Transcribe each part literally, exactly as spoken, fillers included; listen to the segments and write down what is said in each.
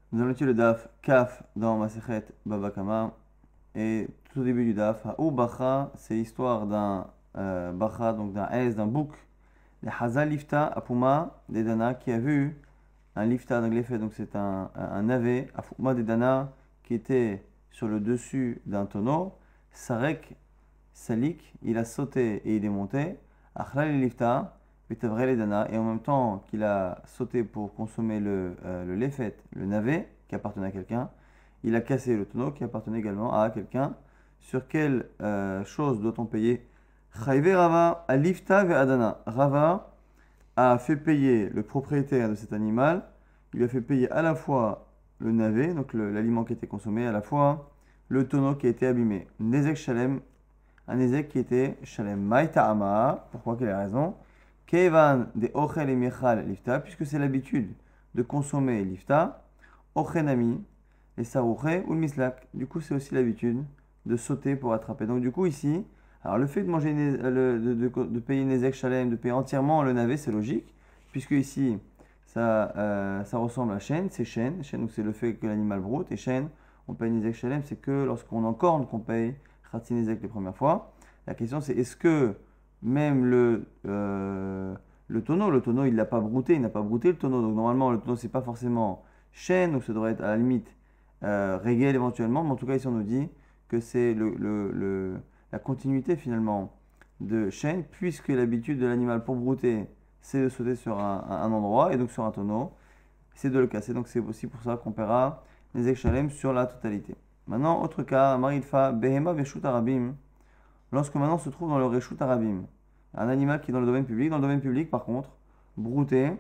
Nous allons étudier le daf Kaf dans Masechet Baba Kama. Et tout au début du daf, Ha'ou Bacha, c'est l'histoire d'un euh, Bacha, donc d'un Aes, d'un bouc, les Hazal Lifta Apuma des Dana, qui a vu un Lifta, donc l'effet, donc c'est un, un, un navet, Apuma des Dana, qui était sur le dessus d'un tonneau, Sarek Salik, il a sauté et il est monté, Achlal Lifta, Vitavre les Dana, et en même temps qu'il a sauté pour consommer le, euh, le lefet, le navet, qui appartenait à quelqu'un, il a cassé le tonneau qui appartenait également à quelqu'un. Sur quelle euh, chose doit-on payer? Chayve Rava alifta ve adana. Rava a fait payer le propriétaire de cet animal. Il a fait payer à la fois le navet, donc le- l'aliment qui était consommé, à la fois le tonneau qui a été abîmé. Nezek shalem, un nezek qui était shalem maïta ama. Pourquoi? Quelle est la raison? Kevan de ochel et michal lifta, puisque c'est l'habitude de consommer lifta. Ochenami, les sarouchés ou le mislak. Du coup, c'est aussi l'habitude de sauter pour attraper. Donc, du coup, ici, alors le fait de manger une- le- de, de- de payer une ezek shalem, de payer entièrement le navet, c'est logique, puisque ici, ça, euh, ça ressemble à chêne, c'est chêne. Chêne, donc c'est le fait que l'animal broute. Et chêne, on paye une ezek shalem, c'est que lorsqu'on encorne qu'on paye khatin ezek les premières fois. La question, c'est est-ce que même le, euh, le tonneau, le tonneau, il l'a pas brouté, il n'a pas brouté le tonneau. Donc, normalement, le tonneau, c'est pas forcément chêne, donc ça devrait être à la limite euh, régel éventuellement, mais en tout cas ici on nous dit que c'est le, le- le- la continuité finalement de chêne, puisque l'habitude de l'animal pour brouter, c'est de sauter sur un, un- un endroit, et donc sur un tonneau, c'est de le casser, donc c'est aussi pour ça qu'on paiera les echalem sur la totalité. Maintenant, autre cas, Marilfa, Behema Veshut Arabim, lorsque maintenant on se trouve dans le Reshut Arabim, un animal qui est dans le domaine public, dans le domaine public par contre, brouter,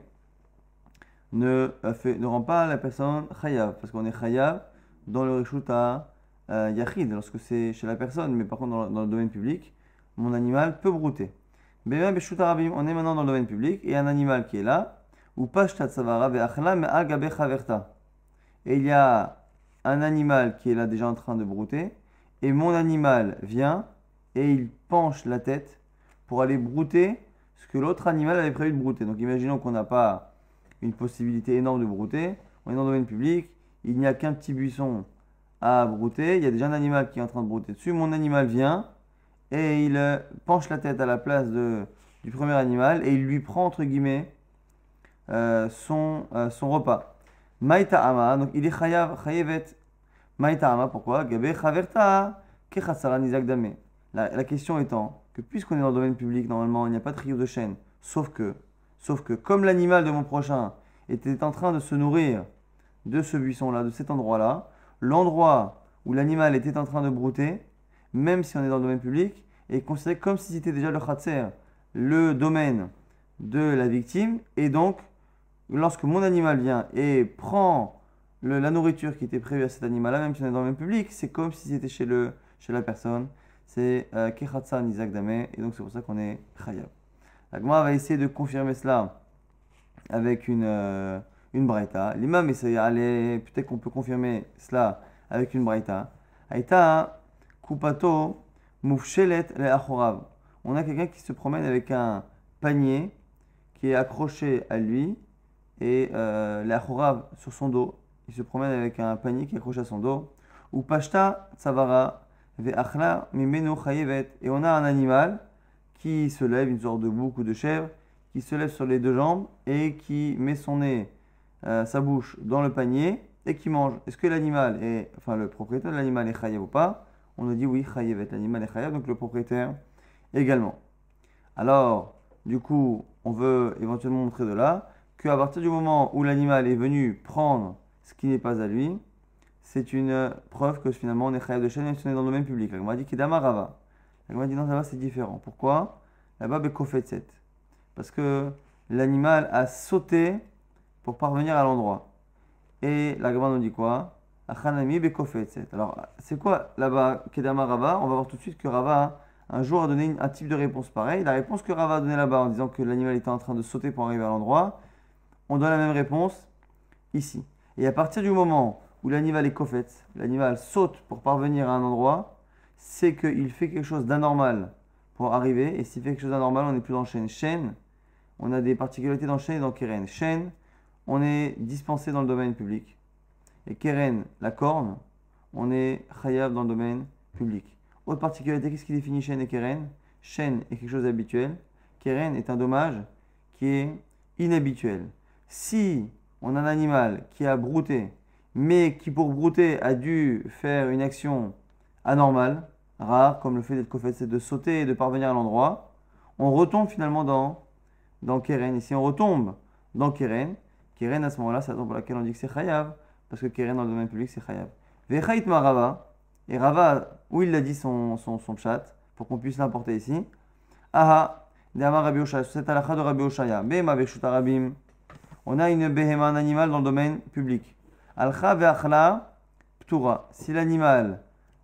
ne, euh, fait, ne rend pas la personne chayav, parce qu'on est chayav dans le reshut à euh, yachid, lorsque c'est chez la personne, mais par contre dans, dans le domaine public, mon animal peut brouter. Bema beshut arabim, on est maintenant dans le domaine public, et un animal qui est là, ou pashtat savara ve'achla me'al gabe chaverta. Et il y a un animal qui est là déjà en train de brouter, et mon animal vient, et il penche la tête pour aller brouter ce que l'autre animal avait prévu de brouter. Donc imaginons qu'on n'a pas une possibilité énorme de brouter. On est dans le domaine public, il n'y a qu'un petit buisson à brouter, il y a déjà un animal qui est en train de brouter dessus. Mon animal vient et il euh, penche la tête à la place de, du premier animal et il lui prend entre guillemets euh, son, euh, son repas. Maïta ama, donc il est chayav, chayevet. Maïta ama, pourquoi? Gabe chaverta, kechatsara nizak dame. La, la question étant que puisqu'on est dans le domaine public, normalement il n'y a pas de trio de chaîne, sauf que Sauf que comme l'animal de mon prochain était en train de se nourrir de ce buisson-là, de cet endroit-là, l'endroit où l'animal était en train de brouter, même si on est dans le domaine public, est considéré comme si c'était déjà le khatser, le domaine de la victime. Et donc, lorsque mon animal vient et prend le- la nourriture qui était prévue à cet animal-là, même si on est dans le domaine public, c'est comme si c'était chez, le, chez la personne. C'est euh, Kechatsa Nizak Dame, et donc c'est pour ça qu'on est Khayab. La Gemara va essayer de confirmer cela avec une, euh, une braïta. L'imam essaie, allez, peut-être qu'on peut confirmer cela avec une braïta. Aïta, kupato, moufchelet le achorav. On a quelqu'un qui se promène avec un panier qui est accroché à lui et euh, le achorav sur son dos. Il se promène avec un panier qui est accroché à son dos. Ou pashta tsavara ve achla mimenu chayevet. Et on a un animal qui se lève, une sorte de bouc ou de chèvre, qui se lève sur les deux jambes et qui met son nez, euh, sa bouche dans le panier et qui mange. Est-ce que l'animal est, enfin le propriétaire de l'animal est chayav ou pas? On nous dit oui, chayav, l'animal est chayav, donc le propriétaire également. Alors, du coup, on veut éventuellement montrer de là qu'à partir du moment où l'animal est venu prendre ce qui n'est pas à lui, c'est une preuve que finalement on est chayav de chaîne même si on est dans le domaine public. La Gemara dit Kidama Rava. La Gemara dit non, là-bas c'est différent. Pourquoi? Là-bas, Bekofetset. Parce que l'animal a sauté pour parvenir à l'endroit. Et la Gemara nous dit quoi? Achanami Bekofetset. Alors, c'est quoi là-bas, Kedama Rava? On va voir tout de suite que Rava, un jour, a donné une- un type de réponse pareil. La réponse que Rava a donnée là-bas en disant que l'animal était en train de sauter pour arriver à l'endroit, on donne la même réponse ici. Et à partir du moment où l'animal est kofet, l'animal saute pour parvenir à un endroit, c'est qu'il fait quelque chose d'anormal pour arriver. Et s'il fait quelque chose d'anormal, on n'est plus dans chêne. Chêne, on a des particularités dans chêne et dans keren. Chêne, on est dispensé dans le domaine public. et keren, la corne, on est chayav dans le domaine public. Autre particularité, qu'est-ce qui définit shen et keren? Shen est quelque chose d'habituel, keren est un dommage qui est inhabituel. Si on a un animal qui a brouté, mais qui pour brouter a dû faire une action anormale, rare, comme le fait d'être kofet, c'est de sauter et de parvenir à l'endroit, on retombe finalement dans, dans keren. Et si on retombe dans keren, keren à ce moment-là, c'est la raison pour laquelle on dit que c'est chayav, parce que keren dans le domaine public c'est chayav. Vechait ma Rava, et Rava, où il a dit son, son, son pshat, pour qu'on puisse l'importer ici. Aha, De'amar Rabbi Oshaya, c'est à l'achat de Rabbi Oshaya. Behema ve'shuta rabim. On a une behema, un animal dans le domaine public. Alcha ve'achla ptura. Si l'animal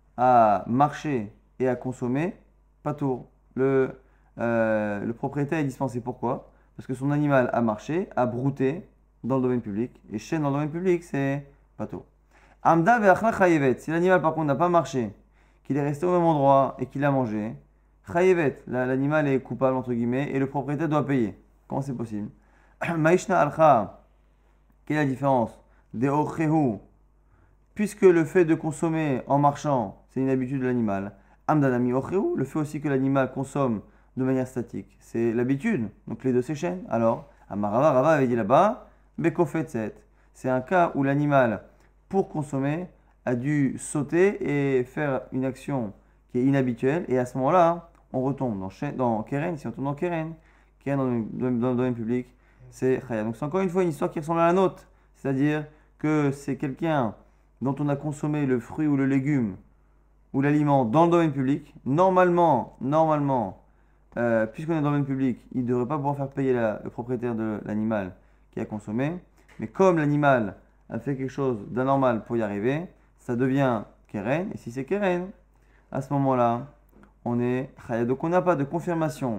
a marché et a consommé, patour. Le, euh, le propriétaire est dispensé. Pourquoi? Parce que son animal a marché, a brouté dans le domaine public. Et chêne dans le domaine public, c'est patour. Amda ve'achla chayevet. Si l'animal par contre n'a pas marché, qu'il est resté au même endroit et qu'il a mangé, chayevet, l'animal est coupable entre guillemets et le propriétaire doit payer. Comment c'est possible? Maishna alcha, quelle est la différence? De ochehu, puisque le fait de consommer en marchant, c'est une habitude de l'animal. Amdanami ochehu, le fait aussi que l'animal consomme de manière statique, c'est l'habitude. Donc les deux s'échaînent. Alors, Amarava, Rava avait dit là-bas, bekofetzet, c'est un cas où l'animal, pour consommer, a dû sauter et faire une action qui est inhabituelle. Et à ce moment-là, on retombe dans, dans Keren. Si on tombe dans Keren, Keren dans le, dans le domaine public, c'est Chaya. Donc c'est encore une fois une histoire qui ressemble à la nôtre. C'est-à-dire que c'est quelqu'un dont on a consommé le fruit ou le légume ou l'aliment dans le domaine public. Normalement, normalement, euh, puisqu'on est dans le domaine public, il ne devrait pas pouvoir faire payer la, le propriétaire de l'animal qui a consommé. Mais comme l'animal a fait quelque chose d'anormal pour y arriver, ça devient Keren. Et si c'est Keren, à ce moment-là, on est Chaya. Donc on n'a pas de confirmation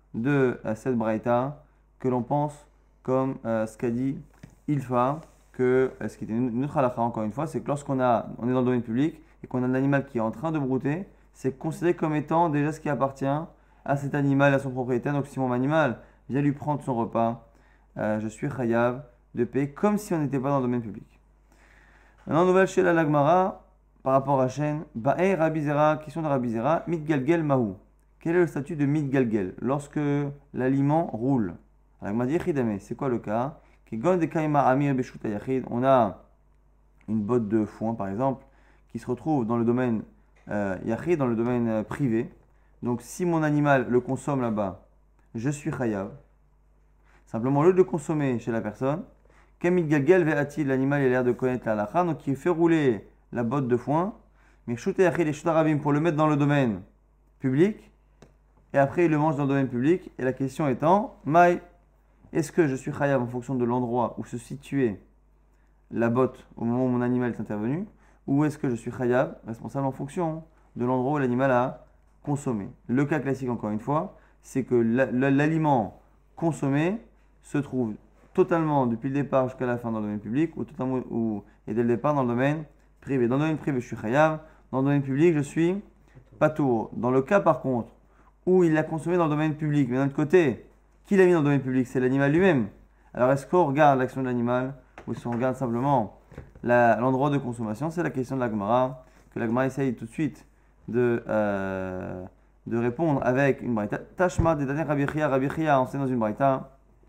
de euh, cette braïta que l'on pense comme euh, ce qu'a dit Ilfa, que euh, ce qui était une autre halakha encore une fois, c'est que lorsqu'on a, on est dans le domaine public et qu'on a un animal qui est en train de brouter, c'est considéré comme étant déjà ce qui appartient à cet animal, à son propriétaire. Donc si mon animal vient lui prendre son repas, euh, je suis chayav de payer comme si on n'était pas dans le domaine public. Maintenant, nouvelle chez la Lagmara par rapport à Shen. Ba'e Rabbi Zera, question de Rabbi Zera, mitgalgel mahou. Quel est le statut de mitgalgel lorsque l'aliment roule? Alors, m'a dit c'est quoi le cas? On a une botte de foin par exemple qui se retrouve dans le domaine euh, yachid, dans le domaine euh, privé. Donc si mon animal le consomme là-bas, je suis chayav. Simplement, au lieu de le consommer chez la personne, Kamid Galgal ve'atil, l'animal il a l'air de connaître la halakha, donc il fait rouler la botte de foin, mais shooter yachid et shootarabim pour le mettre dans le domaine public, et après il le mange dans le domaine public, et la question étant, Maï, est-ce que je suis chayav en fonction de l'endroit où se situait la botte au moment où mon animal est intervenu, ou est-ce que je suis chayav responsable en fonction de l'endroit où l'animal a consommé? Le cas classique, encore une fois, c'est que l'aliment consommé se trouve totalement depuis le départ jusqu'à la fin dans le domaine public, ou totalement ou, et dès le départ dans le domaine privé. Dans le domaine privé, je suis chayav. Dans le domaine public, je suis patour. Dans le cas, par contre, où il l'a consommé dans le domaine public, mais d'un autre côté, qui l'a mis dans le domaine public? C'est l'animal lui-même. Alors, est-ce qu'on regarde l'action de l'animal ou est-ce qu'on regarde simplement l'endroit de consommation? C'est la question de la Gemara, que la Gemara essaye tout de suite de, euh, de répondre avec une braïta. Tashma de Daner Rabbi Chia, Rabbi Chia enseigne dans une braïta.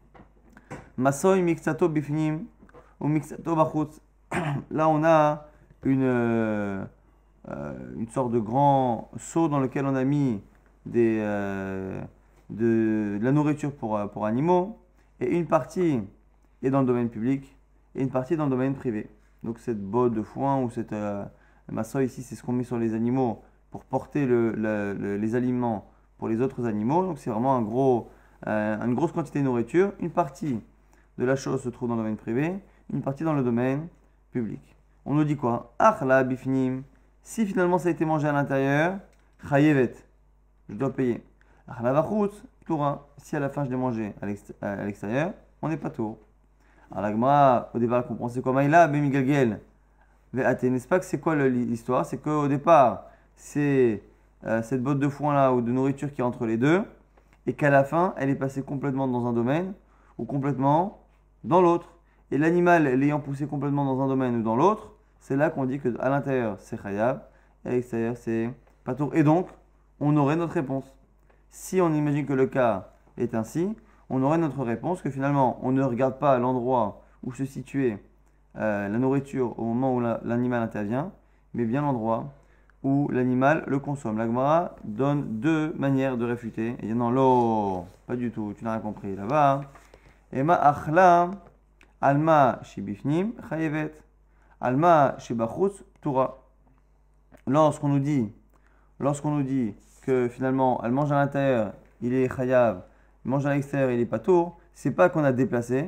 Masoy mixato bifnim ou mixato bachutz. Là, on a une, euh, une sorte de grand seau dans lequel on a mis des, euh, de, de la nourriture pour, pour animaux, et une partie est dans le domaine public et une partie est dans le domaine privé. Donc cette botte de foin ou cette euh, massoy ici, c'est ce qu'on met sur les animaux pour porter le, le, le, les aliments pour les autres animaux. Donc c'est vraiment un gros, euh, une grosse quantité de nourriture. Une partie de la chose se trouve dans le domaine privé, une partie dans le domaine public. On nous dit quoi? Achla bifnim. Si finalement ça a été mangé à l'intérieur, chayevet, je dois payer. Achla bachutz, toura. Si à la fin je l'ai mangé à l'extérieur, on n'est pas tour. Alors la Gemara, au départ, elle comprend c'est quoi Maïla, Bemigalgel. N'est-ce pas que c'est quoi l'histoire? C'est qu'au départ, c'est euh, cette botte de foin là ou de nourriture qui est entre les deux, et qu'à la fin, elle est passée complètement dans un domaine ou complètement dans l'autre. Et l'animal l'ayant poussé complètement dans un domaine ou dans l'autre, c'est là qu'on dit qu'à l'intérieur c'est Chayav et à l'extérieur c'est Patour. Et donc, on aurait notre réponse. Si on imagine que le cas est ainsi, on aurait notre réponse que finalement on ne regarde pas l'endroit où se situait euh, la nourriture au moment où la, l'animal intervient, mais bien l'endroit où l'animal le consomme. La Gemara donne deux manières de réfuter. Et dit non, l'eau, pas du tout, tu n'as rien compris. Là-bas, Ema achla alma shibifnim chayevet, alma shibachutz tura. Lorsqu'on nous dit, lorsqu'on nous dit que finalement elle mange à l'intérieur, il est chayav, il mange à l'extérieur, il est patour, c'est pas qu'on a déplacé,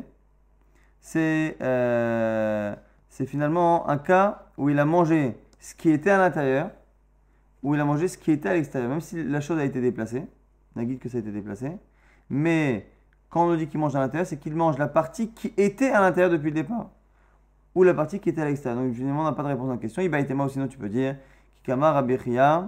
c'est euh, c'est finalement un cas où il a mangé ce qui était à l'intérieur, où il a mangé ce qui était à l'extérieur, même si la chose a été déplacée, on a dit que ça a été déplacé, mais quand on nous dit qu'il mange à l'intérieur, c'est qu'il mange la partie qui était à l'intérieur depuis le départ, ou la partie qui était à l'extérieur. Donc finalement, on n'a pas de réponse à la question. Ibaïtema, ou sinon tu peux dire Kikama Rabechia,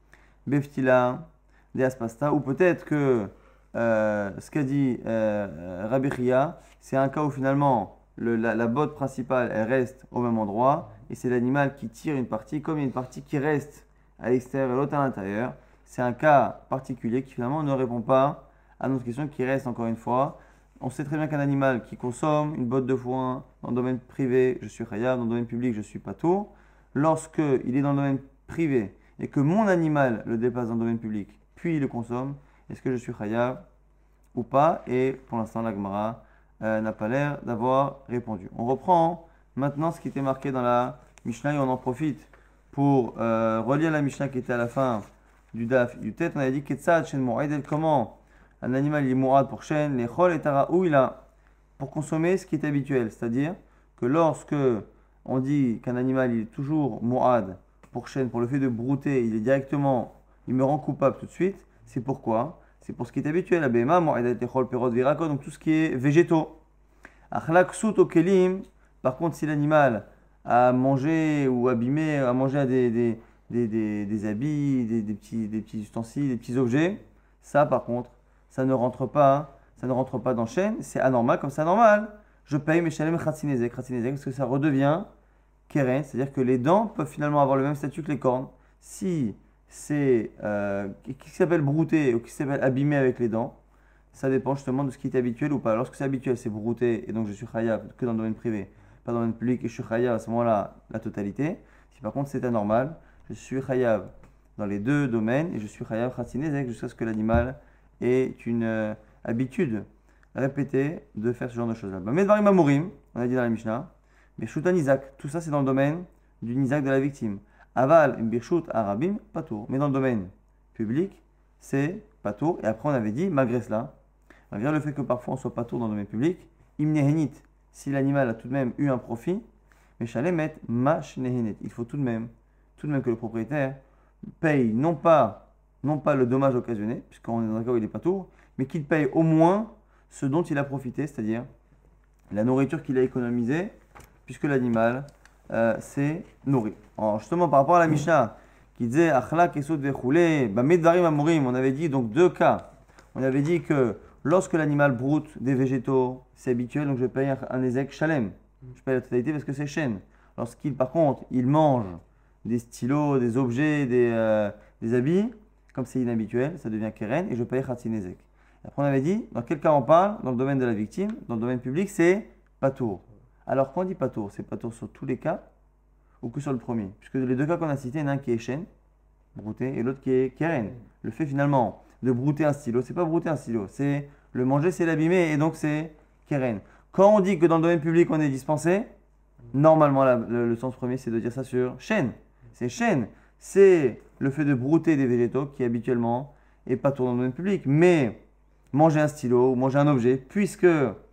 Beftila, Deaspasta, ou peut-être que euh, ce qu'a dit euh, Rabechia, c'est un cas où finalement le, la, la botte principale elle reste au même endroit et c'est l'animal qui tire une partie, comme il y a une partie qui reste à l'extérieur et l'autre à l'intérieur. C'est un cas particulier qui finalement ne répond pas à notre question, qui reste encore une fois. On sait très bien qu'un animal qui consomme une botte de foin dans le domaine privé, je suis chayav, dans le domaine public, je suis patour. Lorsque il est dans le domaine privé et que mon animal le déplace dans le domaine public, puis il le consomme, est-ce que je suis chayav ou pas? Et pour l'instant, la Gemara euh, n'a pas l'air d'avoir répondu. On reprend maintenant ce qui était marqué dans la Mishnah et on en profite pour euh, relire la Mishnah qui était à la fin du Daf du Tête. On avait dit Ketzad Shen Mo'ed, comment un animal il est mourad pour chêne, les chol et tara, où il a pour consommer ce qui est habituel. C'est-à-dire que lorsque on dit qu'un animal il est toujours mourad pour chêne, pour le fait de brouter, il est directement, il me rend coupable tout de suite, c'est pourquoi? C'est pour ce qui est habituel. Abema, mo'edat echol perot virako, donc tout ce qui est végétaux. Achlak sout au kelim, par contre, si l'animal a mangé ou abîmé, a mangé à des, des, des, des, des habits, des, des, petits, des petits ustensiles, des petits objets, ça par contre, ça ne rentre pas, ça ne rentre pas dans chêne, c'est anormal, comme c'est anormal. Je paye mes shalem khatsinezek, khatsinezek, parce que ça redevient keren, c'est-à-dire que les dents peuvent finalement avoir le même statut que les cornes. Si c'est euh, qui s'appelle brouter ou qui s'appelle abîmer avec les dents, ça dépend justement de ce qui est habituel ou pas. Lorsque c'est habituel, c'est brouter, et donc je suis chayav que dans le domaine privé, pas dans le domaine public, et je suis chayav à ce moment-là la totalité. Si par contre c'est anormal, je suis chayav dans les deux domaines, et je suis chayav khatsinezek jusqu'à ce que l'animal est une euh, habitude répétée de faire ce genre de choses-là. Medvarim Amurim, on a dit dans la Mishnah, Birshut Nizak, tout ça c'est dans le domaine du Nizak de la victime. Aval, Birshut Arabim, Patour. Mais dans le domaine public, c'est Patour. Et après on avait dit, malgré cela, malgré le fait que parfois on soit Patour dans le domaine public, Imnehenit, si l'animal a tout de même eu un profit, mais Shalemet, Mashnehenit, il faut tout de même, tout de même que le propriétaire paye non pas non pas le dommage occasionné, puisqu'on est dans un cas où il n'est pas tour, mais qu'il paye au moins ce dont il a profité, c'est-à-dire la nourriture qu'il a économisée, puisque l'animal euh, s'est nourri. Alors justement, par rapport à la Mishnah, qui disait Achla kesot vechoulé, Bamedvarim Amurim, on avait dit donc deux cas. On avait dit que lorsque l'animal broute des végétaux, c'est habituel, donc je paye un, un ézek shalem. Je paye la totalité parce que c'est chêne. Lorsqu'il, par contre, il mange des stylos, des objets, des, euh, des habits, comme c'est inhabituel, ça devient keren et je paye khatsinezek. Après on avait dit, dans quel cas on parle? Dans le domaine de la victime, dans le domaine public, c'est patour. Alors quand on dit patour, c'est patour sur tous les cas ou que sur le premier? Puisque les deux cas qu'on a cités, il y en a un qui est chêne, brouté, et l'autre qui est keren. Le fait finalement de brouter un stylo, c'est pas brouter un stylo, c'est le manger, c'est l'abîmer et donc c'est keren. Quand on dit que dans le domaine public on est dispensé, normalement la, le, le sens premier c'est de dire ça sur chêne. C'est chêne. C'est le fait de brouter des végétaux qui habituellement est pas tout dans le domaine public. Mais manger un stylo ou manger un objet, puisque,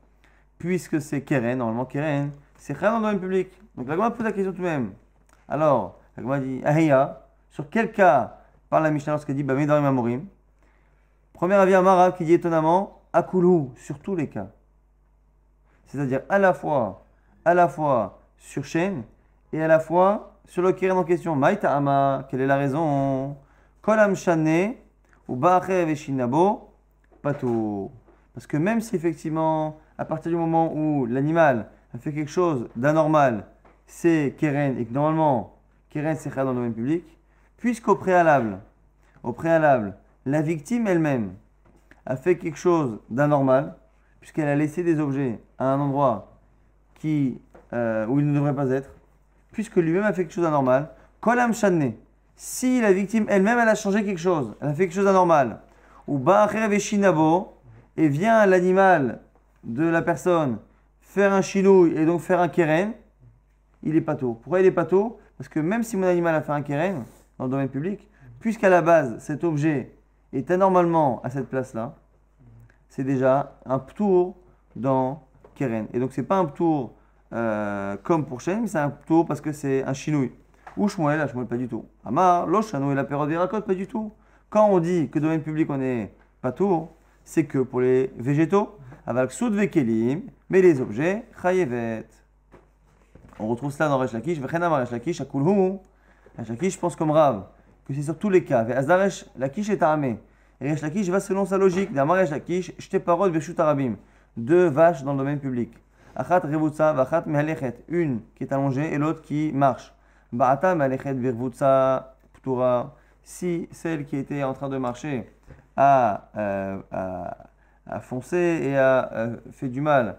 puisque c'est keren, normalement keren, c'est rien dans le domaine public. Donc la Gemara pose la question tout de même. Alors, la Gemara dit, Ahiya, sur quel cas parle la Mishnah lorsqu'elle dit Bamedarim Amorim? Premier avis Amara qui dit étonnamment, Akulhu, sur tous les cas. C'est-à-dire à la fois, à la fois sur chêne et à la fois sur le keren en question. Maïta Ama, quelle est la raison? Kolam Shane ou Ba'acher Veshinabo Patou. Parce que même si effectivement, à partir du moment où l'animal a fait quelque chose d'anormal, c'est Keren et que normalement, Keren c'est dans le domaine public, puisqu'au préalable, au préalable, la victime elle-même a fait quelque chose d'anormal, puisqu'elle a laissé des objets à un endroit qui, euh, où il ne devrait pas être, puisque lui-même a fait quelque chose d'anormal, Kolam Shadne, si la victime elle-même elle a changé quelque chose, elle a fait quelque chose d'anormal, ou Ba'achev et Shinabo, et vient l'animal de la personne faire un chinouille et donc faire un keren, il est pato. Pourquoi il est pato? Parce que même si mon animal a fait un keren dans le domaine public, puisqu'à la base cet objet est anormalement à cette place-là, c'est déjà un ptour dans keren. Et donc c'est pas un ptour euh, comme pour Shen, mais c'est un ptour parce que c'est un chinouille. Ou Shmuel, là Shmuel pas du tout. Amar, lo shanou et la période des racotes, pas du tout. Quand on dit que domaine public on est patour, c'est que pour les végétaux, avec soud vekelim, mais les objets, chayevet. On retrouve cela dans Resh Lakish, vechenam Resh Lakish, akulhu. Resh Lakish pense comme Rav, que c'est sur tous les cas. Ve'azdar Resh Lakish est armé. Et Resh Lakish va selon sa logique. D'Amar Resh Lakish, shte parod beshut arabim. Deux vaches dans le domaine public. Achat revutza, vachat mehalechet. Une qui est allongée et l'autre qui marche. Ba'ata mehalechet virvutza ptura. Si celle qui était en train de marcher a, euh, a, a foncé et a euh, fait du mal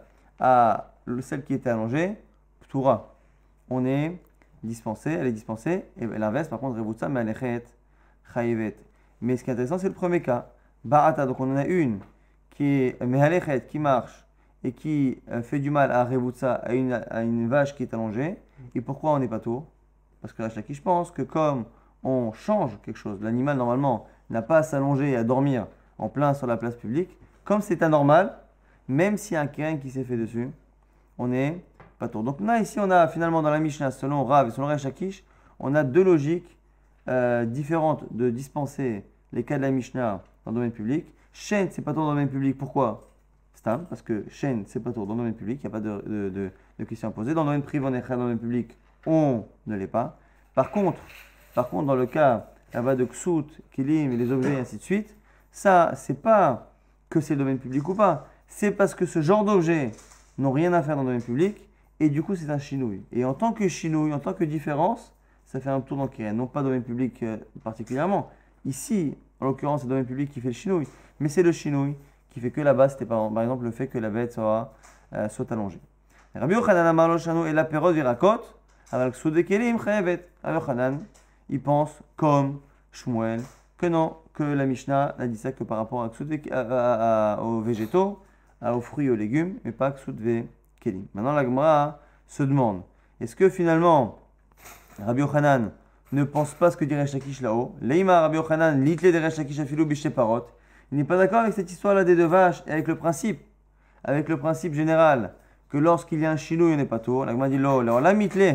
à celle qui était allongée, ptura. On est dispensé, elle est dispensée, et l'inverse, par contre, revutza mehalechet chayevet. Mais ce qui est intéressant, c'est le premier cas. Ba'ata, donc on en a une qui est mehalechet, qui marche et qui euh, fait du mal à revutza, à une, à une vache qui est allongée. Et pourquoi on n'est pas tôt? Parce que là, je pense que comme on change quelque chose, l'animal normalement n'a pas à s'allonger et à dormir en plein sur la place publique, comme c'est anormal, même s'il y a un keren qui s'est fait dessus, on n'est pas tôt. Donc là, ici, on a finalement dans la Mishnah, selon Rav et selon Resh Lakish, on a deux logiques euh, différentes de dispenser les cas de la Mishnah dans le domaine public. Shen, c'est pas tôt dans le domaine public. Pourquoi? Stam, parce que Shen, c'est pas tôt dans le domaine public, il n'y a pas de, de, de, de question à poser. Dans le domaine privé, on est dans le domaine public, on ne l'est pas. Par contre, par contre, dans le cas là-bas de Ksut, Kilim et les objets et ainsi de suite, ça, c'est pas que c'est le domaine public ou pas, c'est parce que ce genre d'objets n'ont rien à faire dans le domaine public et du coup, c'est un chinouille. Et en tant que chinouille, en tant que différence, ça fait un tour dans Kiren, non pas domaine public euh, particulièrement. Ici, en l'occurrence, c'est le domaine public qui fait le chinouille, mais c'est le chinouille qui fait que là-bas, c'était par, par exemple le fait que la bête soit, euh, soit allongée. Rabbi Yochanan amar lo shanu et la perod virakot, avec Ksut de Kelim chayevet. Rabbi Yochanan, il pense comme Shmuel que non, que la Mishnah n'a dit ça que par rapport à Ksut à, à, à, aux végétaux, à, aux fruits et aux légumes, mais pas Ksut ve Kelim. Maintenant, la Gemara se demande, est-ce que finalement, Rabbi Yochanan ne pense pas ce que dit Resh Lakish là-haut? Leima Rabbi Yochanan, litle de Resh Lakish afilou bishte parot. Il n'est pas d'accord avec cette histoire-là des deux vaches et avec le principe, avec le principe général que lorsqu'il y a un chinouille, on n'est pas tôt. La Gemara dit lo, alors la mitle.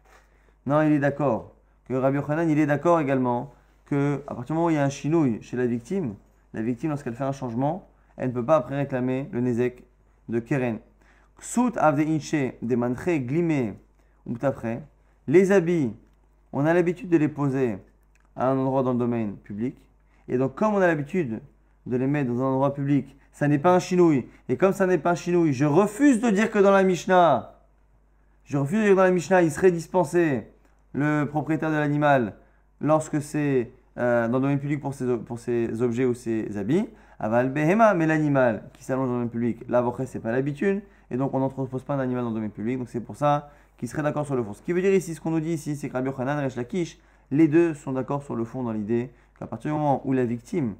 Non, il est d'accord. Que Rabbi Yochanan, il est d'accord également que à partir du moment où il y a un chinouille chez la victime, la victime, lorsqu'elle fait un changement, elle ne peut pas après réclamer le nezek de Keren. Ksut avde inche de manche glimé ou après. Les habits, on a l'habitude de les poser à un endroit dans le domaine public. Et donc, comme on a l'habitude de les mettre dans un endroit public, ça n'est pas un chinouille. Et comme ça n'est pas un chinouille, je refuse de dire que dans la Mishnah, je refuse de dire que dans la Mishnah, il serait dispensé le propriétaire de l'animal lorsque c'est euh, dans le domaine public pour ses, pour ses objets ou ses habits. Aval behema, mais l'animal qui s'allonge dans le domaine public, là, ce c'est pas l'habitude. Et donc, on n'entrepose pas un animal dans le domaine public. Donc, c'est pour ça qu'il serait d'accord sur le fond. Ce qui veut dire ici, ce qu'on nous dit ici, c'est que Rabbi Yochanan et Resh Lakish, les deux sont d'accord sur le fond dans l'idée qu'à partir du moment où la victime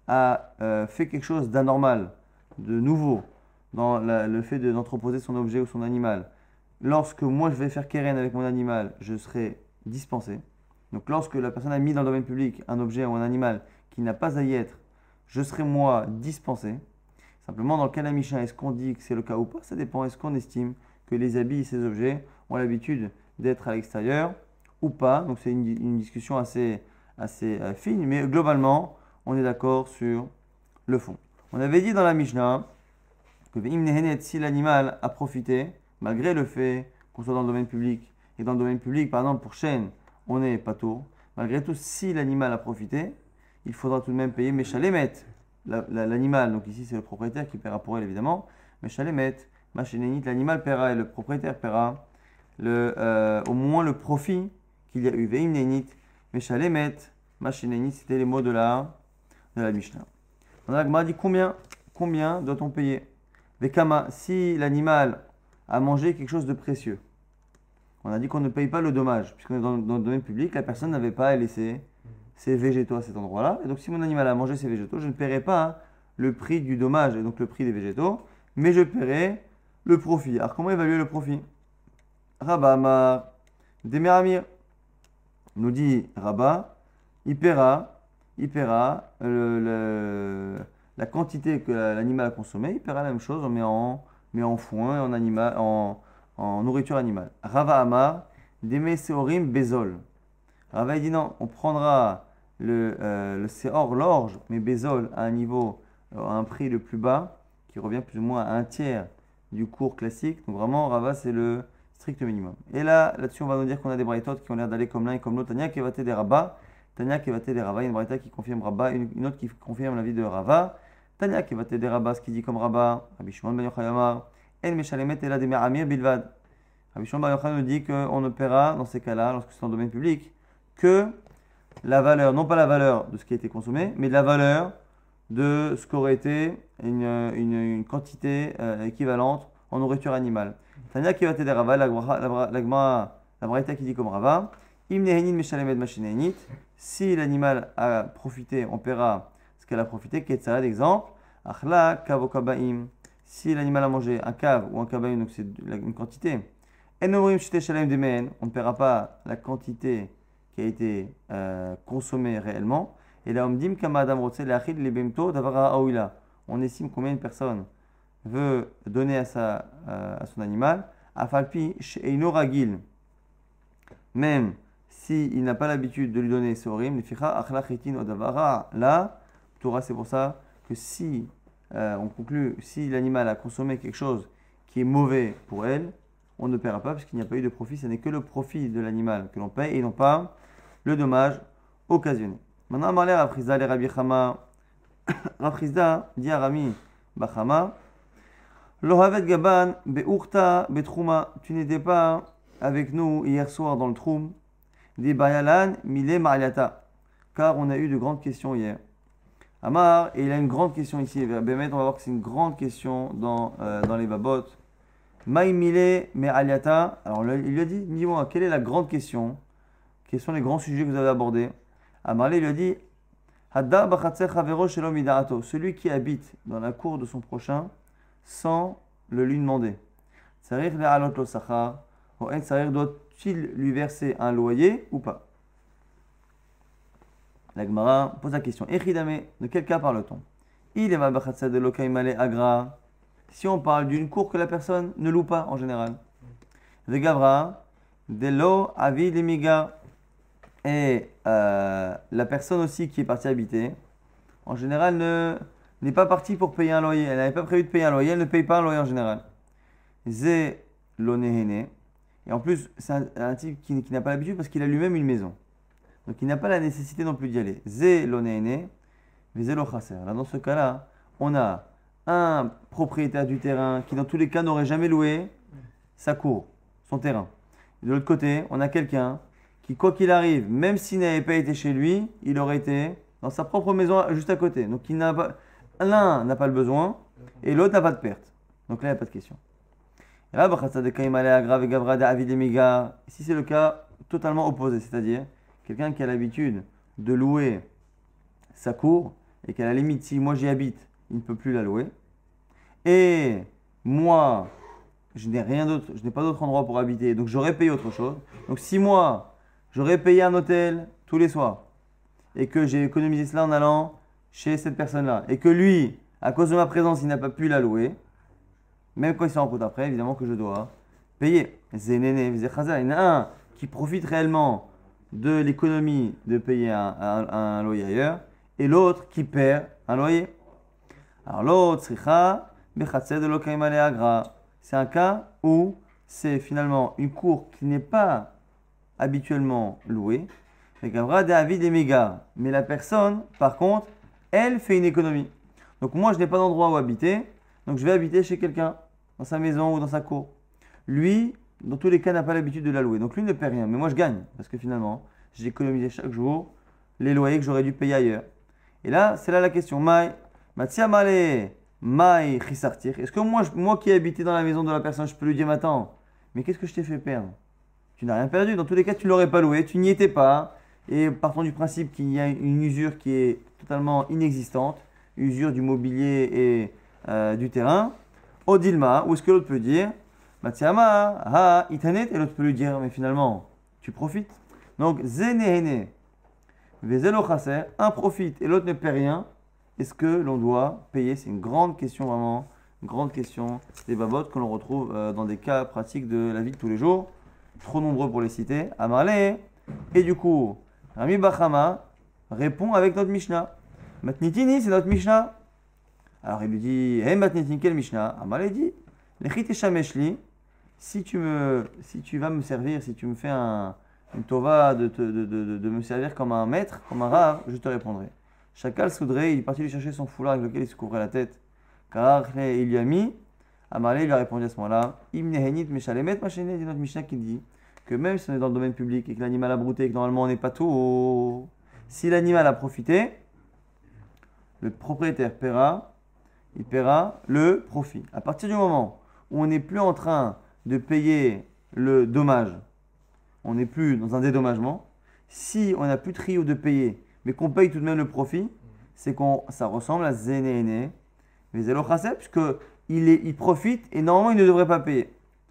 a euh, fait quelque chose d'anormal, de nouveau, dans la, le fait de, d'entreposer son objet ou son animal, lorsque moi je vais faire keren avec mon animal, je serai dispensé. Donc lorsque la personne a mis dans le domaine public un objet ou un animal qui n'a pas à y être, je serai moi dispensé. Simplement, dans le cas de la Mishnah, est-ce qu'on dit que c'est le cas ou pas? Ça dépend. Est-ce qu'on estime que les habits et ces objets ont l'habitude d'être à l'extérieur ou pas? Donc c'est une, une discussion assez, assez euh, fine, mais globalement, on est d'accord sur le fond. On avait dit dans la Mishnah que si l'animal a profité, malgré le fait qu'on soit dans le domaine public, et dans le domaine public, par exemple pour chêne, on est pato, malgré tout, si l'animal a profité, il faudra tout de même payer Meshalemet, l'animal, donc ici c'est le propriétaire qui paiera pour elle évidemment, Meshalemet, Machénénite, l'animal paiera et le propriétaire paiera le, euh, au moins le profit qu'il y a eu. Veim nenit, meshalemet, machinenit, c'était les mots de la, de la Mishnah. On a la dit combien, combien doit-on payer? Vekama, si l'animal a mangé quelque chose de précieux. On a dit qu'on ne paye pas le dommage, puisqu'on est dans, dans le domaine public, la personne n'avait pas à laisser ses végétaux à cet endroit-là. Et donc si mon animal a mangé ses végétaux, je ne paierai pas le prix du dommage, et donc le prix des végétaux, mais je paierai le profit. Alors comment évaluer le profit? Rabba ma Demeramir nous dit Rabba, il paiera, il paiera le, le, la quantité que l'animal a consommée, il paiera la même chose, on met en, met en foin, en, animal, en, en nourriture animale. Rava Amar, Deme Seorim Bezol. Rava il dit non, on prendra le, euh, le Seor, l'orge, mais Bezol à un niveau, à un prix le plus bas, qui revient plus ou moins à un tiers du cours classique. Donc vraiment, Rava c'est le strict minimum. Et là, là-dessus, on va nous dire qu'on a des braïtot qui ont l'air d'aller comme l'un et comme l'autre. Tania Kevate des Rabba, Tania Kevate des Rabba, une braïta qui confirme Rabba, une, une autre qui confirme l'avis de Rava. Tania Kevate des Rabba, ce qui dit comme Rabba, Rabbi Shimon ben Yochai Amar, El Meshalemet et la de Me'amir Bilvad. Rabbi Shimon ben Yochai nous dit qu'on ne paiera, dans ces cas-là, lorsque c'est en domaine public, que la valeur, non pas la valeur de ce qui a été consommé, mais de la valeur de ce qu'aurait été une, une, une quantité euh, équivalente en nourriture animale. Tania qui va t'aider Rava, la la braïta qui dit comme Rava, Imnehenin meshalemed machinenit, si l'animal a profité, on paiera ce qu'elle a profité. Ketzad, exemple, Achla kavokabaim, si l'animal a mangé un cave ou un kabaim, donc c'est une quantité. Enorim shite shalem demen, on ne paiera pas la quantité qui a été euh, consommée réellement. Et là, on me dit Kamadam Rotse Leachid Lebemto Davara Aouila. On estime combien une personne veut donner à, sa, euh, à son animal. Afalpi Sheino Ragil. Même s'il n'a pas l'habitude de lui donner ce orim, Neficha Achla Chitin Odavara. Là, Torah, c'est pour ça que si euh, on conclut, si l'animal a consommé quelque chose qui est mauvais pour elle, on ne paiera pas parce qu'il n'y a pas eu de profit. Ce n'est que le profit de l'animal que l'on paye et non pas le dommage occasionné. Maintenant, Amarle Rafrizda le Rabbi Chama. Rafrizda dit à Rami Bachama, Lohavet Gaban Beurta Betrouma. Tu n'étais pas avec nous hier soir dans le Troum. Des Bayalan Mile Mariata. Car on a eu de grandes questions hier. Amar, et il a une grande question ici. Bémet, on va voir que c'est une grande question dans, euh, dans les Babot. Maï Mile Mariata. Alors il lui a dit, dis-moi, quelle est la grande question? Quels sont les grands sujets que vous avez abordés? Amarle lui a dit Hadda bachatser chavero shelo mida'ato, celui qui habite dans la cour de son prochain sans le lui demander. Tsarir le'alot lo sachar, ou en tsarir, doit-il lui verser un loyer ou pas? La Gemara pose la question Echidame, de quel cas parle-t-on? Il est ma bachatser de lokaimale agra, si on parle d'une cour que la personne ne loue pas en général. Vegavra, de lo avi lemiga. Et euh, la personne aussi qui est partie habiter, en général, ne, n'est pas partie pour payer un loyer. Elle n'avait pas prévu de payer un loyer, elle ne paye pas un loyer en général. Zé l'onehene. Et en plus, c'est un, un type qui, qui n'a pas l'habitude parce qu'il a lui-même une maison. Donc il n'a pas la nécessité non plus d'y aller. Zé l'onehene, zé lo chaser. Là, dans ce cas-là, on a un propriétaire du terrain qui, dans tous les cas, n'aurait jamais loué sa cour, son terrain. Et de l'autre côté, on a quelqu'un qui, quoi qu'il arrive, même s'il n'avait pas été chez lui, il aurait été dans sa propre maison juste à côté. Donc il n'a pas, l'un n'a pas le besoin et l'autre n'a pas de perte. Donc là, il n'y a pas de question. Et là, ici, c'est le cas totalement opposé, c'est-à-dire quelqu'un qui a l'habitude de louer sa cour et qu'à la limite, si moi j'y habite, il ne peut plus la louer. Et moi, je n'ai rien d'autre, je n'ai pas d'autre endroit pour habiter, donc j'aurais payé autre chose. Donc si moi, j'aurais payé un hôtel tous les soirs et que j'ai économisé cela en allant chez cette personne-là et que lui, à cause de ma présence, il n'a pas pu la louer, même quand il s'en rend compte après, évidemment que je dois payer. Zénéné, Zéchaza, il y en a un qui profite réellement de l'économie de payer un, un, un loyer ailleurs et l'autre qui perd un loyer. Alors l'autre, Sricha, Bechatse de Lokaimale Agra. C'est un cas où c'est finalement une cour qui n'est pas habituellement louée, mais la personne, par contre, elle fait une économie. Donc moi, je n'ai pas d'endroit où habiter, donc je vais habiter chez quelqu'un, dans sa maison ou dans sa cour. Lui, dans tous les cas, n'a pas l'habitude de la louer. Donc lui ne paie rien, mais moi je gagne, parce que finalement, j'ai économisé chaque jour les loyers que j'aurais dû payer ailleurs. Et là, c'est là la question. Mai, Matsia Male, Mai Chisartir. Est-ce que moi, je- moi qui ai habité dans la maison de la personne, je peux lui dire maintenant, mais qu'est-ce que je t'ai fait perdre? Tu n'as rien perdu. Dans tous les cas, tu ne l'aurais pas loué, tu n'y étais pas. Et partons du principe qu'il y a une usure qui est totalement inexistante, usure du mobilier et euh, du terrain. Odilma, ou est-ce que l'autre peut dire, Matsiama, ha, itanet, et l'autre peut lui dire, mais finalement, tu profites. Donc, zenehene, vezelo chaser, un profite et l'autre ne paie rien. Est-ce que l'on doit payer? C'est une grande question, vraiment, une grande question des babotes que l'on retrouve euh, dans des cas pratiques de la vie de tous les jours, trop nombreux pour les citer. Amarle, et du coup, Rami Bachama répond avec notre Mishnah. Matnitini, c'est notre Mishnah. Alors il lui dit, hey Matnitini, quel Mishnah? Amarle dit, Lechit Eshameshli, si tu me, si tu vas me servir, si tu me fais un, une tova de, te- de, de, de, de me servir comme un maître, comme un rave, je te répondrai. Chakal Soudré, il est parti lui chercher son foulard avec lequel il se couvrait la tête. Car il lui a mis, Amarle lui a répondu à ce moment-là, Imnehenit Meshalemet Machene, dit notre Mishnah qui dit que même si on est dans le domaine public et que l'animal a brouté et que normalement on n'est pas tout, si l'animal a profité, le propriétaire paiera, il paiera le profit. À partir du moment où on n'est plus en train de payer le dommage, on n'est plus dans un dédommagement, si on n'a plus de trio de payer, mais qu'on paye tout de même le profit, c'est qu'on ça ressemble à Zénéné, mais Zélo Chassep, puisque il, est, il profite et normalement il ne devrait pas payer.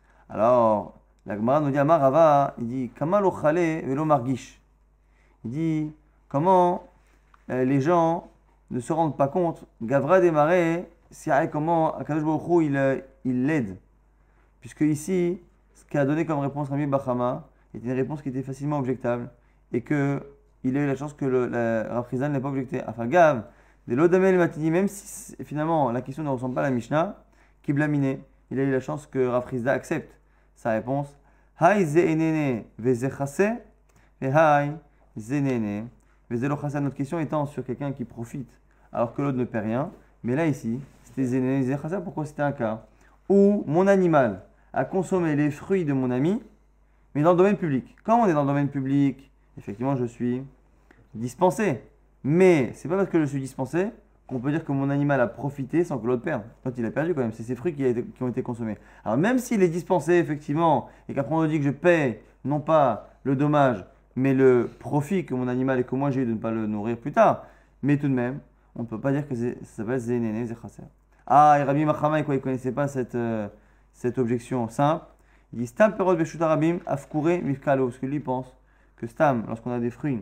Alors, la Gemara nous dit Amar Rava, il dit Kamal ochale velo margish. Il dit comment euh, les gens ne se rendent pas compte, Gavra démarré, si comment Akadosh Baruch Hu, il euh, il l'aide. Puisque ici, ce qu'a donné comme réponse Rami Bachama était une réponse qui était facilement objectable et que il a eu la chance que le, la Rav Chizan n'ait pas objecté. Enfin, Gav, de l'Odamel Matidi, même si finalement la question ne ressemble pas à la Mishnah, qui blaminé, il a eu la chance que Rav Chizda accepte sa réponse. Hay ze'enene vezechase, et hay ze'enene vezelochase. Notre question étant sur quelqu'un qui profite alors que l'autre ne paie rien. Mais là, ici, c'était ze'enene vezechase. Pourquoi c'était un cas où mon animal a consommé les fruits de mon ami, mais dans le domaine public. Quand on est dans le domaine public, effectivement, je suis dispensé. Mais c'est pas parce que je suis dispensé qu'on peut dire que mon animal a profité sans que l'autre perde. Quand il a perdu quand même, c'est ses fruits qui, a été- qui ont été consommés. Alors même s'il est dispensé effectivement, et qu'après on nous dit que je paie non pas le dommage, mais le profit que mon animal et que moi j'ai eu de ne pas le nourrir plus tard, mais tout de même, on ne peut pas dire que c'est- ça s'appelle Zénéné, Zéchaser. Ah, et Rabbi Machama, quoi, il ne connaissait pas cette, euh, cette objection simple. Il dit Stam perot beshuta rabim afkure mifkalo, parce que lui pense que Stam, lorsqu'on a des fruits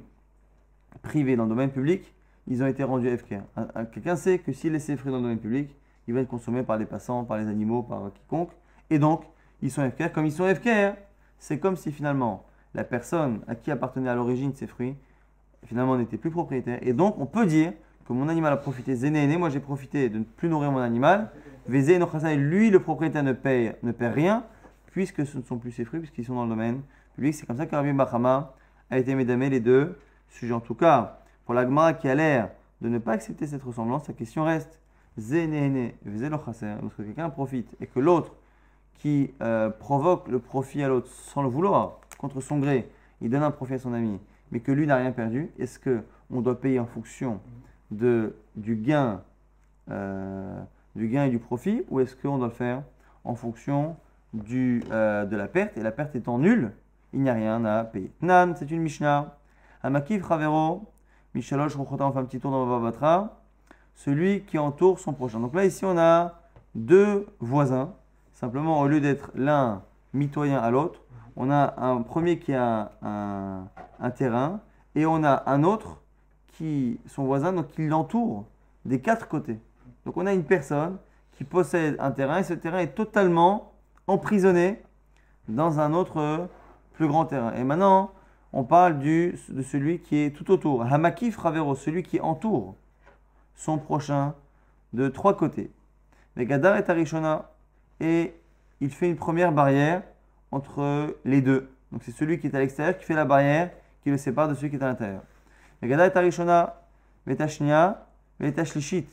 privés dans le domaine public, ils ont été rendus F K. Un- un- Quelqu'un sait que s'il laisse ses fruits dans le domaine public, il va être consommé par les passants, par les animaux, par quiconque. Et donc, ils sont F K. Comme ils sont F K, c'est comme si finalement la personne à qui appartenait à l'origine ces fruits, finalement n'était plus propriétaire. Et donc, on peut dire que mon animal a profité, zéné, moi j'ai profité de ne plus nourrir mon animal. Vezé no chasai, lui, le propriétaire ne paye, ne paie rien, puisque ce ne sont plus ses fruits, puisqu'ils sont dans le domaine public. C'est comme ça que Rabbi Bachama a été médamé les deux sujets. En tout cas, pour la Gemara qui a l'air de ne pas accepter cette ressemblance, la question reste Zénéné, vezé no chasai, lorsque quelqu'un profite et que l'autre qui euh, provoque le profit à l'autre sans le vouloir, contre son gré, il donne un profit à son ami, mais que lui n'a rien perdu, est-ce qu'on doit payer en fonction de, du, gain, euh, du gain et du profit, ou est-ce qu'on doit le faire en fonction du, euh, de la perte, et la perte étant nulle, il n'y a rien à payer. Nan, c'est une Mishnah. Amakif Ravero, Michalosh Rochota, on fait un petit tour dans Baba Batra, celui qui entoure son prochain. Donc là, ici, on a deux voisins. Simplement, au lieu d'être l'un mitoyen à l'autre, on a un premier qui a un, un terrain et on a un autre qui, son voisin, donc qui l'entoure des quatre côtés. Donc on a une personne qui possède un terrain et ce terrain est totalement emprisonné dans un autre euh, plus grand terrain. Et maintenant, on parle du, de celui qui est tout autour. Hamakif Ravero, celui qui entoure son prochain de trois côtés. Les Gadar et Tarishona. Et il fait une première barrière entre les deux. Donc c'est celui qui est à l'extérieur qui fait la barrière qui le sépare de celui qui est à l'intérieur. Megada et Tarishona, Metashnia, Metashlishit.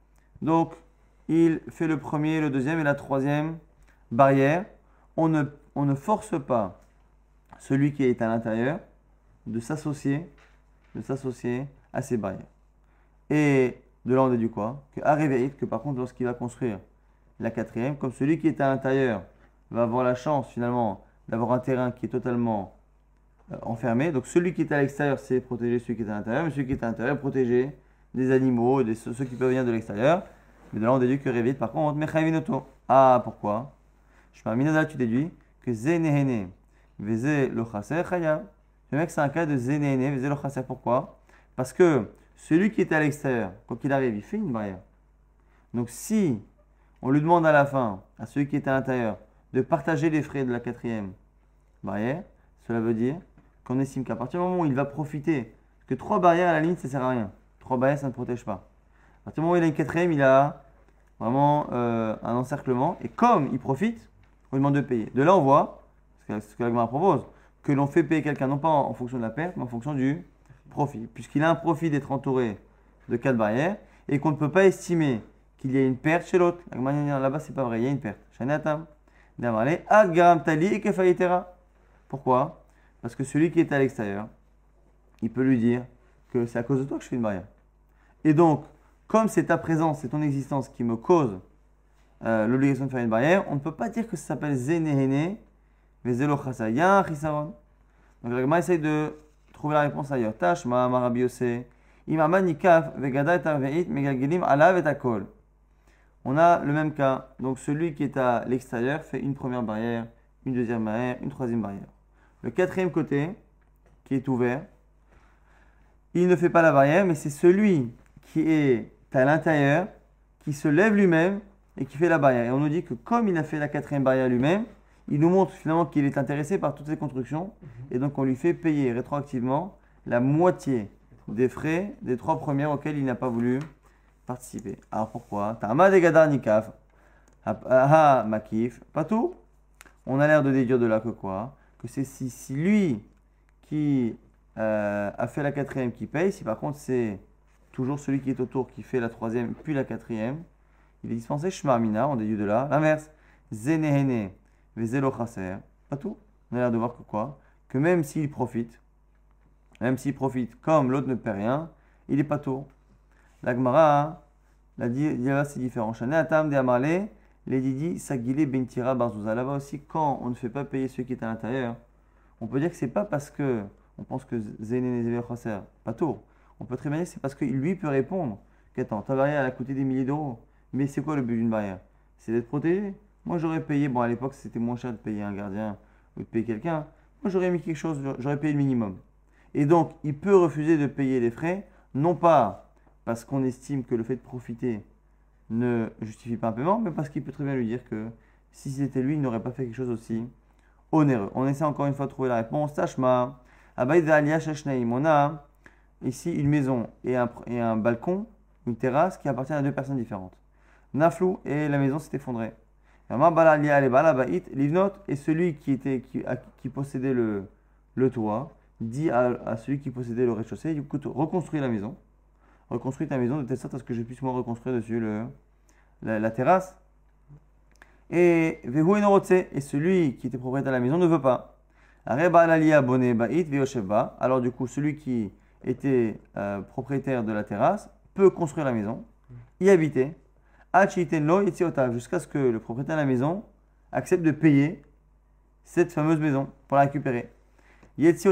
Donc il fait le premier, le deuxième et la troisième barrière. On ne, on ne force pas celui qui est à l'intérieur de s'associer, de s'associer à ces barrières. Et de là on déduit quoi? Que Arévéit, que par contre lorsqu'il va construire la quatrième, comme celui qui est à l'intérieur va avoir la chance finalement d'avoir un terrain qui est totalement euh, enfermé. Donc celui qui est à l'extérieur, c'est protéger celui qui est à l'intérieur, mais celui qui est à l'intérieur, protéger des animaux, des, ceux qui peuvent venir de l'extérieur. Mais de là on déduit que Révéit, par contre, Mechayvinoto. Ah, pourquoi? Je m'en minada, tu déduis que Zénéhéné, Vézé lo chaser chayav. Le mec, c'est un cas de Zénéhéné, Vézé lo chaser. Pourquoi? Parce que celui qui est à l'extérieur, quand il arrive, il fait une barrière. Donc si on lui demande à la fin, à celui qui est à l'intérieur, de partager les frais de la quatrième barrière, cela veut dire qu'on estime qu'à partir du moment où il va profiter, parce que trois barrières à la ligne, ça ne sert à rien. Trois barrières, ça ne protège pas. À partir du moment où il a une quatrième, il a vraiment euh, un encerclement. Et comme il profite, on lui demande de payer. De là, on voit, ce que la Gemara propose, que l'on fait payer quelqu'un non pas en, en fonction de la perte, mais en fonction du profit. Puisqu'il a un profit d'être entouré de quatre barrières et qu'on ne peut pas estimer qu'il y a une perte chez l'autre. La Gemara dit là-bas, c'est pas vrai, il y a une perte. Shanatam, Damarle, Ad Garam Tali et Kefayetera. Pourquoi? Parce que celui qui est à l'extérieur, il peut lui dire que c'est à cause de toi que je fais une barrière. Et donc, comme c'est ta présence, c'est ton existence qui me cause euh, l'obligation de faire une barrière, on ne peut pas dire que ça s'appelle Zénéhéné, Vezelo Chasa. Il y a un Chisaron. Donc, la Gemara essaye de trouver la réponse ailleurs. Tashma, Marabi Yosé, Imama Nikaf, Vegada et Arveit, Megalgelim, Alav et Akol. On a le même cas. Donc, celui qui est à l'extérieur fait une première barrière, une deuxième barrière, une troisième barrière. Le quatrième côté, qui est ouvert, il ne fait pas la barrière, mais c'est celui qui est à l'intérieur, qui se lève lui-même et qui fait la barrière. Et on nous dit que comme il a fait la quatrième barrière lui-même, il nous montre finalement qu'il est intéressé par toutes ces constructions. Et donc on lui fait payer rétroactivement la moitié des frais des trois premières auxquelles il n'a pas voulu participer. Alors pourquoi? Ta'ama de gadar nikaf, ha makif, pas tout. On a l'air de déduire de là que quoi? Que c'est si, si lui qui euh, a fait la quatrième qui paye, si par contre c'est toujours celui qui est autour qui fait la troisième puis la quatrième, il est dispensé shma mina, on déduit de là. L'inverse, zénéhéné, vezelo chaser, pas tout. On a l'air de voir que quoi? Que même s'il profite, même s'il profite comme l'autre ne paie rien, il est pas tout. La Gemara, la dit, là c'est différent. Shane atam de amarle, les didi sagile bentira barzouza. Là-bas aussi, quand on ne fait pas payer ceux qui est à l'intérieur, on peut dire que c'est pas parce que on pense que zénéhéné, vezelo chaser, pas tout. On peut très bien dire que c'est parce que lui peut répondre qu'attends, ta barrière elle a coûté des milliers d'euros. Mais c'est quoi le but d'une barrière? C'est d'être protégé. Moi j'aurais payé, bon à l'époque c'était moins cher de payer un gardien ou de payer quelqu'un. Moi j'aurais mis quelque chose, j'aurais payé le minimum. Et donc il peut refuser de payer les frais, non pas parce qu'on estime que le fait de profiter ne justifie pas un paiement, mais parce qu'il peut très bien lui dire que si c'était lui, il n'aurait pas fait quelque chose aussi onéreux. On essaie encore une fois de trouver la réponse. Tashma, Abaïd Alia Shashnaim. On a ici une maison et un, et un balcon, une terrasse qui appartiennent à deux personnes différentes. Naflou et la maison s'est effondrée. Et celui qui, était, qui, qui possédait le, le toit dit à, à celui qui possédait le rez-de-chaussée, écoute, reconstruis la maison. Reconstruis ta maison de telle sorte à ce que je puisse moi reconstruire dessus le, la, la terrasse. Et et celui qui était propriétaire de la maison ne veut pas. Alors du coup, celui qui était euh, propriétaire de la terrasse peut construire la maison, y habiter, jusqu'à ce que le propriétaire de la maison accepte de payer cette fameuse maison pour la récupérer. Et ce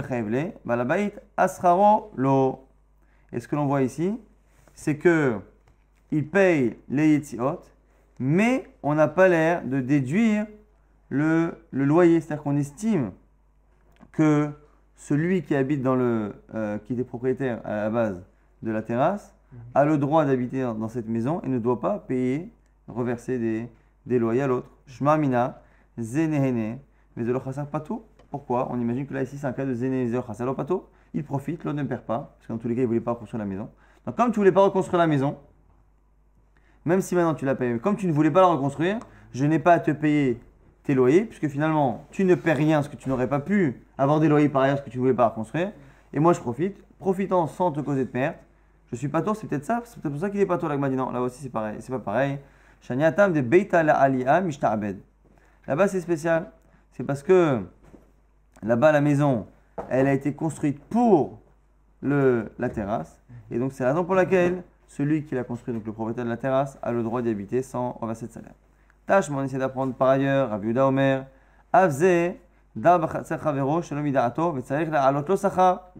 que l'on voit ici, c'est que il paye les yetziot, mais on n'a pas l'air de déduire le, le loyer. C'est-à-dire qu'on estime que celui qui habite dans le, euh, qui était propriétaire à la base de la terrasse, a le droit d'habiter dans, dans cette maison et ne doit pas payer, reverser des, des loyers à l'autre. Shma mina, zénéhéné, vezelo chaser patou. Pourquoi? On imagine que là, ici, c'est un cas de zénéhéné, vezelo chaser lo patou. Il profite, l'autre ne perd pas, parce que dans tous les cas, il ne voulait pas reconstruire la maison. Donc, comme tu ne voulais pas reconstruire la maison, même si maintenant tu la payes, comme tu ne voulais pas la reconstruire, je n'ai pas à te payer tes loyers, puisque finalement, tu ne paies rien, parce que tu n'aurais pas pu avoir des loyers par ailleurs, parce que tu ne voulais pas reconstruire. Et moi, je profite, profitant sans te causer de perte. Je suis pas tôt, c'est peut-être ça, c'est peut-être pour ça qu'il est pas tôt. Là, dit non, là aussi c'est pareil, c'est pas pareil. Shaniatam de Beita la Aliya Mishta'abed. Là-bas c'est spécial. c'est parce que là-bas, la maison, elle a été construite pour le, la terrasse. Et donc, c'est la raison pour laquelle celui qui l'a construit, donc le propriétaire de la terrasse, a le droit d'y habiter sans reverser de salaire. Tâche, on essaie d'apprendre par ailleurs, Rabbi Yehuda Omer, Avze, dar b'chatzer chavero, shalom mida'ato, v'tzarich la'alot lo sachar.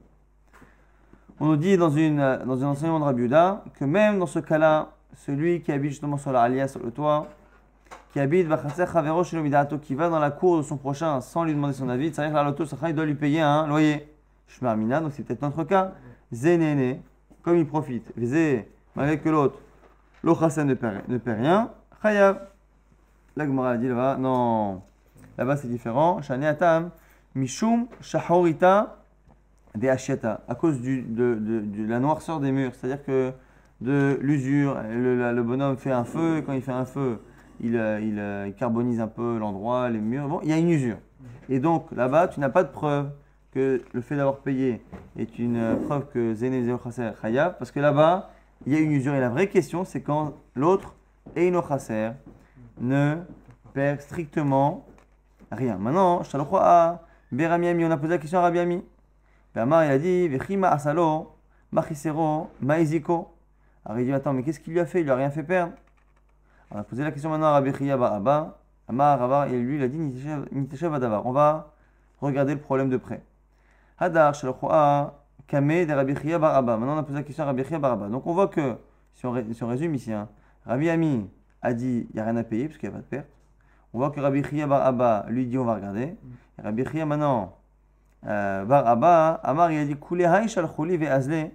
On nous dit dans, une, dans un enseignement de Rabbi Yehuda que même dans ce cas-là, celui qui habite justement sur la alia, sur le toit, qui habite b'chatzer chavero, shalom mida'ato, qui va dans la cour de son prochain sans lui demander son avis, tzarich la'alot lo sachar, il doit lui payer un loyer. Shmar mina, donc c'est peut-être notre cas. Zénéné, comme il profite, V'zé, malgré que l'autre, l'ochasen ne paie ne paie rien, chayav. La Gemara dit là-bas, non, là-bas c'est différent. Shane atam, mishum shahorita de ashiata, à cause du, de, de, de la noirceur des murs, c'est-à-dire que de l'usure, le, le bonhomme fait un feu, et quand il fait un feu, il, il, il carbonise un peu l'endroit, les murs, bon, il y a une usure. Et donc là-bas, tu n'as pas de preuve que le fait d'avoir payé est une preuve que Zéné Zéo Chaser Chayav, parce que là-bas, il y a une usure. Et la vraie question, c'est quand l'autre, Eino Chaser, ne perd strictement rien. Maintenant, je te le crois à Beramiami, on a posé la question à Rabbi Ami. Amar, il a dit, Vechima Asalo, Machisero, Maiziko. Alors il dit, attends, mais qu'est-ce qu'il lui a fait? Il lui a rien fait perdre. On a posé la question maintenant à Rabbi Chia Bar Abba. Amar, Rabba, et lui, il a dit, Niteshev Adavar. On va regarder le problème de près. Hadar, je te le crois à Kame de Rabbi Chia Bar Abba. Maintenant, on a posé la question à Rabbi Chia Bar Abba. Donc on voit que, si on, ré, si on résume ici, hein, Rabbi Ami a dit il n'y a rien à payer parce qu'il n'y a pas de perte. On voit que Rabbi Chia Bar Abba lui dit on va regarder. Et Rabbi Chia maintenant, euh, Bar Abba, Amar il a dit Koulé haïch al khouli ve azle.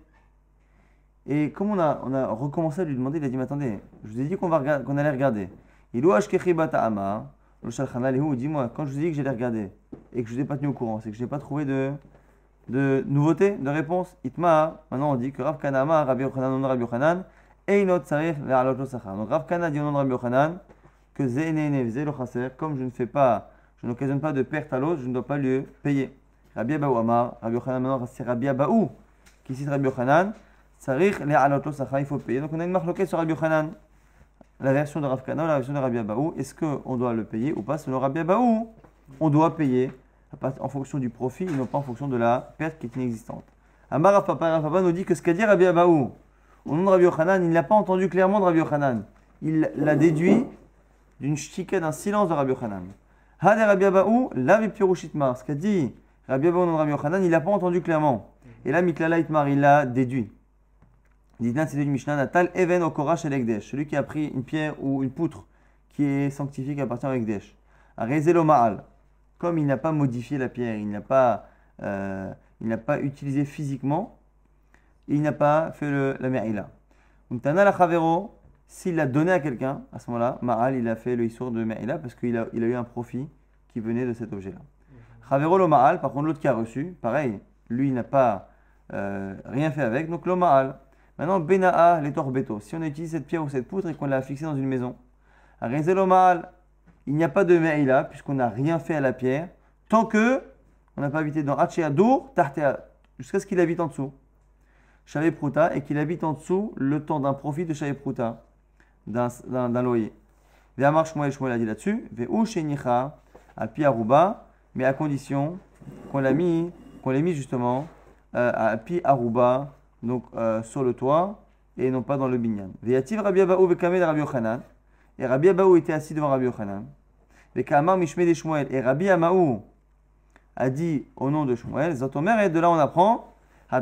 Et comme on a, on a recommencé à lui demander, il a dit mais attendez, je vous ai dit qu'on va regarder, qu'on allait regarder. Il ouach kechibata Amar, le shalchana lehu, dis-moi, quand je vous ai dit que j'allais regarder et que je ne vous ai pas tenu au courant, c'est que je n'ai pas trouvé de, de nouveauté, de réponse. Itma, maintenant on dit que Rav Kana Amar, Rabbi Yochanan, non Rabbi Yochanan. Donc Rav Kana dit au nom de Rabbi Yochanan que Zénéné Zé lo chaser, comme je ne fais pas, je n'occasionne pas de perte à l'autre, je ne dois pas lui payer. Rabbi Abaou Amar, Rabbi Yochanan maintenant c'est Rabbi Abaou qui cite Rabbi Yochanan, Sarich le alot lo sachar, il faut payer. Donc on a une marloquette sur Rabbi Yochanan, la version de Rav Kana ou la version de Rabbi Abaou, est-ce qu'on doit le payer ou pas? Selon Rabbi Abaou, on doit payer en fonction du profit et non pas en fonction de la perte qui est inexistante. Amar Rav Papa, Rav Papa nous dit que ce qu'a dit Rabbi Abaou au nom de Rabbi Yochanan, il n'a pas entendu clairement de Rabbi Yochanan. Il l'a déduit d'une shtika, d'un silence de Rabbi Yochanan. Hade Rabbi Abaou, la vipirushitmar. Ce qu'a dit Rabbi Abaou au nom de Rabbi Yochanan, il n'a pas entendu clairement. Et là, Miklala Itmar, il l'a déduit. Il dit, c'est du Mishnah, Natal Even Okora Shel Ekdesh. Celui qui a pris une pierre ou une poutre qui est sanctifiée, qui appartient au Ekdesh. A Rezelo Ma'al. Comme il n'a pas modifié la pierre, il n'a pas, euh, il n'a pas utilisé physiquement, il n'a pas fait le, la me'ila. Umtana la chavero, s'il l'a donné à quelqu'un, à ce moment-là, Ma'al, il a fait le issour de me'ila parce qu'il a, il a eu un profit qui venait de cet objet-là. Chavero lo Ma'al, par contre, l'autre qui a reçu, pareil, lui, il n'a pas euh, rien fait avec, donc lo Ma'al. Maintenant, Bena'a, les torbeto. Si on utilise cette pierre ou cette poutre et qu'on l'a fixée dans une maison, Rezelo Ma'al, il n'y a pas de me'ila puisqu'on n'a rien fait à la pierre, tant que on n'a pas habité dans Hachéa Dour, Tartea, jusqu'à ce qu'il habite en dessous. Shavé Pruta, et qu'il habite en dessous le temps d'un profit de Shavé Pruta, d'un, d'un, d'un loyer. Ve'amar Shmuel, Shmuel a dit là-dessus, Ve'u Shenicha, à Pi-Aruba, mais à condition qu'on l'a mis, qu'on l'ait mis justement euh, à Pi-Aruba, donc euh, sur le toit, et non pas dans le binyan. Ve'yativ Rabbi Abaou ve'kameh de Rabbi Yochanan, et Rabbi Abaou était assis devant Rabbi Yochanan. Ve'kamar Mishmeh de Shmuel, et Rabbi Amaou a dit au nom de Shmuel, Zotomer, et de là on apprend, que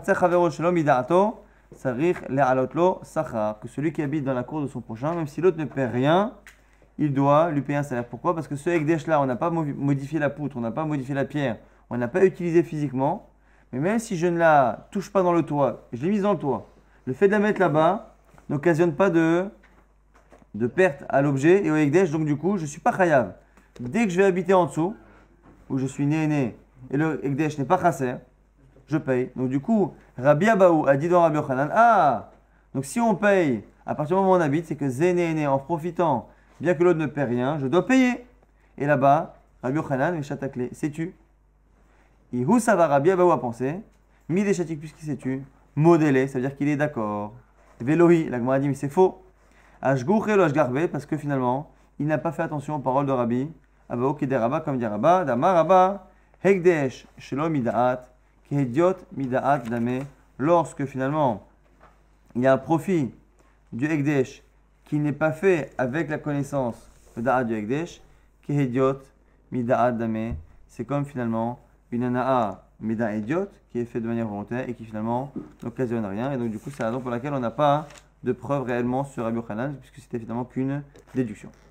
celui qui habite dans la cour de son prochain, même si l'autre ne paie rien, il doit lui payer un salaire. Pourquoi? Parce que ce Ekdesh là, on n'a pas modifié la poutre, on n'a pas modifié la pierre, on n'a pas utilisé physiquement, mais même si je ne la touche pas dans le toit, je l'ai mise dans le toit, le fait de la mettre là-bas n'occasionne pas de, de perte à l'objet et au Ekdesh, donc du coup, je ne suis pas chayav. Dès que je vais habiter en dessous, où je suis né né, et le Ekdesh n'est pas chasser, je paye. Donc du coup, Rabbi Abaou a dit dans Rabbi Yochanan, ah, donc si on paye, à partir du moment où on habite, c'est que Zéné, en profitant, bien que l'autre ne paie rien, je dois payer. Et là-bas, Rabbi Yochanan, mais chataklé, sais-tu? Et où ça va, Rabbi Abaou a pensé, mi des chatik puisqu'il s'est tu, modélé, ça veut dire qu'il est d'accord. Vélohi, la Gemara dit, mais c'est faux. Ashgouché lo ashgarbe, parce que finalement, il n'a pas fait attention aux paroles de Rabbi Abao Kederaba, comme dit Rabba, Damar Rabba, Hekdesh, Shelo Midaat, Kehediot Midaat Dame, lorsque finalement il y a un profit du Hekdesh qui n'est pas fait avec la connaissance de Da'at du Hekdesh, Kehediot Midaat Dame, c'est comme finalement une ana'a, mais d'un idiot qui est fait de manière volontaire et qui finalement n'occasionne rien. Et donc, du coup, c'est la raison pour laquelle on n'a pas de preuve réellement sur Rabbi Yochanan, puisque c'était finalement qu'une déduction.